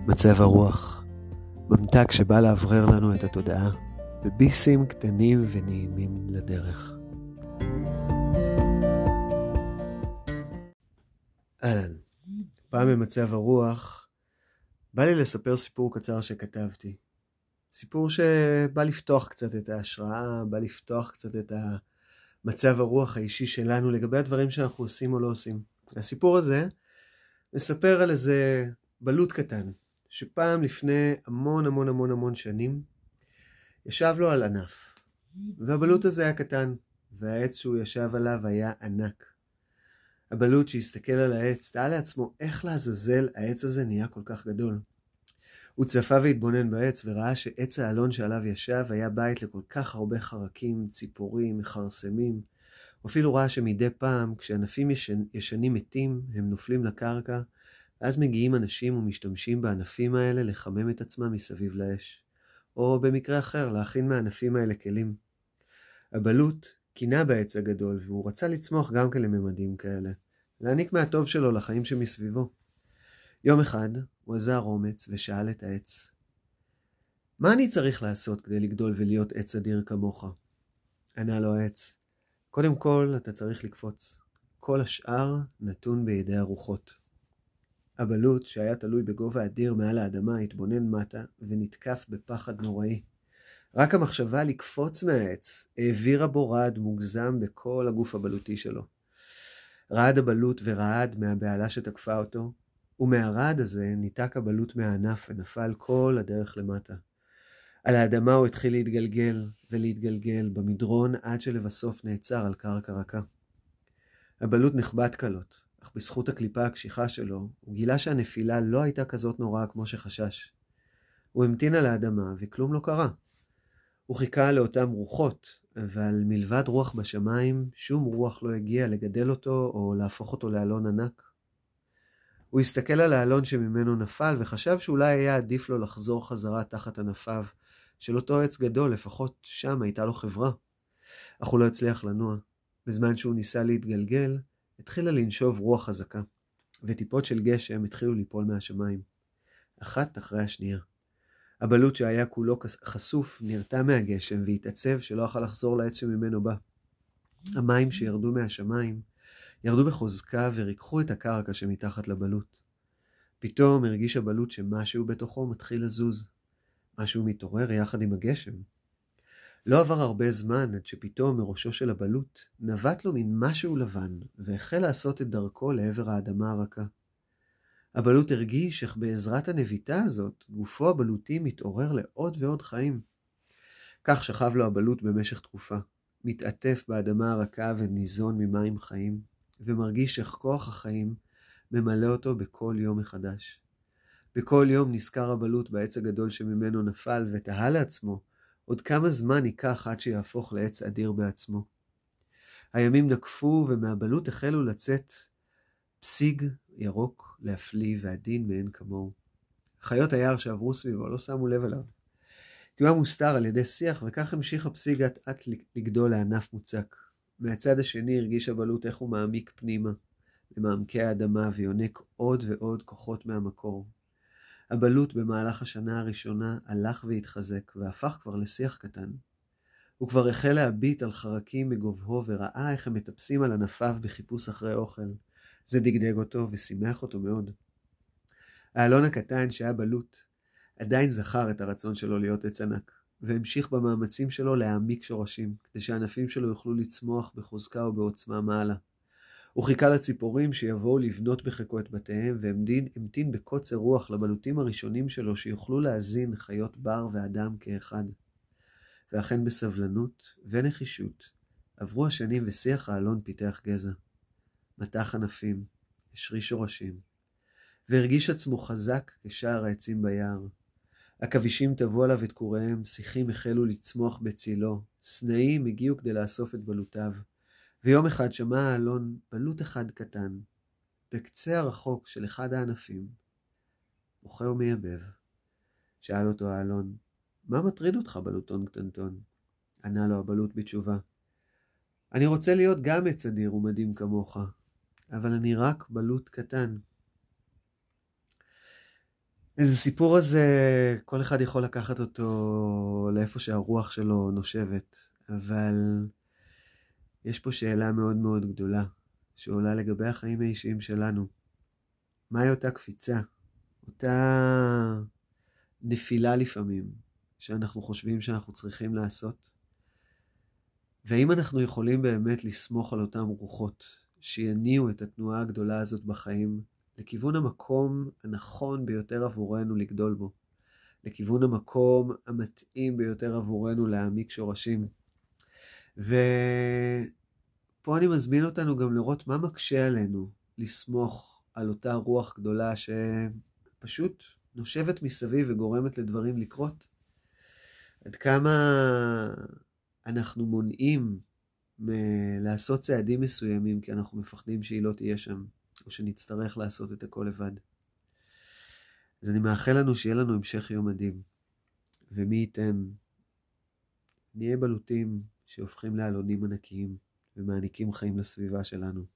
מצב הרוח, ממתק שבא לאוורר לנו את התודעה, בביסים קטנים ונעימים לדרך. אהלן, פעם במצב הרוח, בא לי לספר סיפור קצר שכתבתי. סיפור שבא לפתוח קצת את ההשראה, בא לפתוח קצת את מצב הרוח האישי שלנו לגבי הדברים שאנחנו עושים או לא עושים. הסיפור הזה מספר על איזה בלוט קטן, שפעם לפני המון שנים, ישב לו על ענף. והבלוט הזה היה קטן, והעץ שהוא ישב עליו היה ענק. הבלוט שהסתכל על העץ, תאה לעצמו איך לעזאזל העץ הזה נהיה כל כך גדול. הוא צפה והתבונן בעץ וראה שעץ האלון שעליו ישב היה בית לכל כך הרבה חרקים, ציפורים, חרסמים. הוא אפילו ראה שמדי פעם כשענפים ישנים מתים הם נופלים לקרקע, ואז מגיעים אנשים ומשתמשים בענפים האלה לחמם את עצמם מסביב לאש. או במקרה אחר להכין מהענפים האלה כלים. הבלוט קינה בעץ הגדול והוא רצה לצמוח גם כן לממדים כאלה. להעניק מהטוב שלו לחיים שמסביבו. יום אחד הוא עזר אומץ ושאל את העץ, מה אני צריך לעשות כדי לגדול ולהיות עץ אדיר כמוך? ענה לו העץ, קודם כל אתה צריך לקפוץ. כל השאר נתון בידי הרוחות. הבלוט שהיה תלוי בגובה אדיר מעל האדמה התבונן מטה ונתקף בפחד נוראי. רק המחשבה לקפוץ מהעץ העבירה בו רעד מוגזם בכל הגוף הבלוטי שלו. רעד הבלוט ורעד מהבעלה שתקפה אותו, ומהרעד הזה ניתק הבלוט מהענף ונפל כל הדרך למטה. על האדמה הוא התחיל להתגלגל ולהתגלגל במדרון עד שלבסוף נעצר על קרקע רכה. הבלוט נחבט קלות, אך בזכות הקליפה הקשיחה שלו, הוא גילה שהנפילה לא הייתה כזאת נוראה כמו שחשש. הוא המתין על האדמה וכלום לא קרה. הוא חיכה לאותם רוחות, אבל מלבד רוח בשמיים, שום רוח לא הגיע לגדל אותו או להפוך אותו לאלון ענק. הוא הסתכל על האלון שממנו נפל וחשב שאולי היה עדיף לו לחזור חזרה תחת ענפיו של אותו עץ גדול, לפחות שם הייתה לו חברה. אך הוא לא הצליח לנוע. בזמן שהוא ניסה להתגלגל, התחילה לנשוב רוח חזקה, וטיפות של גשם התחילו ליפול מהשמיים, אחת אחרי השנייה. הבלוט שהיה כולו חשוף נרתע מהגשם והתעצב שלא יכול לחזור לעץ שממנו בא. המים שירדו מהשמיים ירדו בחוזקה וריקחו את הקרקע שמתחת לבלוט. פתאום הרגיש הבלוט שמשהו בתוכו מתחיל לזוז. משהו מתעורר יחד עם הגשם. לא עבר הרבה זמן עד שפתאום מראשו של הבלוט נבט לו מן משהו לבן והחל לעשות את דרכו לעבר האדמה הרכה. הבלוט הרגיש איך בעזרת הנביטה הזאת גופו הבלוטי מתעורר לעוד ועוד חיים. כך שכב לו הבלוט במשך תקופה, מתעטף באדמה הרכה וניזון ממים חיים, ומרגיש איך כוח החיים ממלא אותו בכל יום מחדש. בכל יום נזכר הבלוט בעץ הגדול שממנו נפל ותהה לעצמו עוד כמה זמן ייקח עד שיהפוך לעץ אדיר בעצמו. הימים נקפו ומהבלוט החלו לצאת פסיג ירוק להפליא ועדין מאין כמוהו. חיות היער שעברו סביבו לא שמו לב אליו, כי הוא היה מוסתר על ידי שיח, וכך המשיך הפסיג עד לגדול לענף מוצק. מהצד השני הרגיש הבלוט איך הוא מעמיק פנימה למעמקי האדמה ויונק עוד ועוד כוחות מהמקור. הבלוט במהלך השנה הראשונה הלך והתחזק והפך כבר לשיח קטן. הוא כבר החל להביט על חרקים מגובהו וראה איך הם מטפסים על ענפיו בחיפוש אחרי אוכל. זה דגדג אותו ושימח אותו מאוד. האלון הקטן שהיה בלוט עדיין זכר את הרצון שלו להיות עץ ענק, והמשיך במאמצים שלו להעמיק שורשים, כדי שהענפים שלו יוכלו לצמוח בחוזקה ובעוצמה מעלה. הוא חיכה לציפורים שיבואו לבנות בחיקו את בתיהם, והמתין בקוצר רוח לבלוטים הראשונים שלו שיוכלו להזין חיות בר ואדם כאחד. ואכן בסבלנות ונחישות עברו השנים ושיח האלון פיתח גזע. מתח ענפים, השריש שורשים, והרגיש עצמו חזק כשער העצים ביער. עכבישים טבעו עליו את קוריהם, שיחים החלו לצמוח בצילו, סנאים הגיעו כדי לאסוף את בלוטיו, ויום אחד שמע האלון בלוט אחד קטן, בקצה הרחוק של אחד הענפים, בוכה ומייבב. שאל אותו האלון, מה מטריד אותך בלוטון קטנטון? ענה לו הבלוט בתשובה, אני רוצה להיות גם עץ אדיר ומדהים כמוך, אבל אני רק בלוט קטן. אז הסיפור הזה, כל אחד יכול לקחת אותו לאיפה שהרוח שלו נושבת, אבל יש פה שאלה מאוד מאוד גדולה, שעולה לגבי החיים האישיים שלנו. מהי אותה קפיצה? אותה נפילה לפעמים, שאנחנו חושבים שאנחנו צריכים לעשות? והאם אנחנו יכולים באמת לסמוך על אותם רוחות, שיניעו את התנועה הגדולה הזאת בחיים, לכיוון המקום הנכון ביותר עבורנו לגדול בו, לכיוון המקום המתאים ביותר עבורנו להעמיק שורשים. ופה אני מזמין אותנו גם לראות מה מקשה עלינו לסמוך על אותה רוח גדולה שפשוט נושבת מסביב וגורמת לדברים לקרות. עד כמה אנחנו מונעים לעשות צעדים מסוימים כי אנחנו מפחדים שהיא לא תהיה שם, או שנצטרך לעשות את הכל לבד. אז אני מאחל לנו שיהיה לנו המשך יום מדהים, ומי ייתן נהיה בלוטים שהופכים לעלונים ענקיים ומעניקים חיים לסביבה שלנו.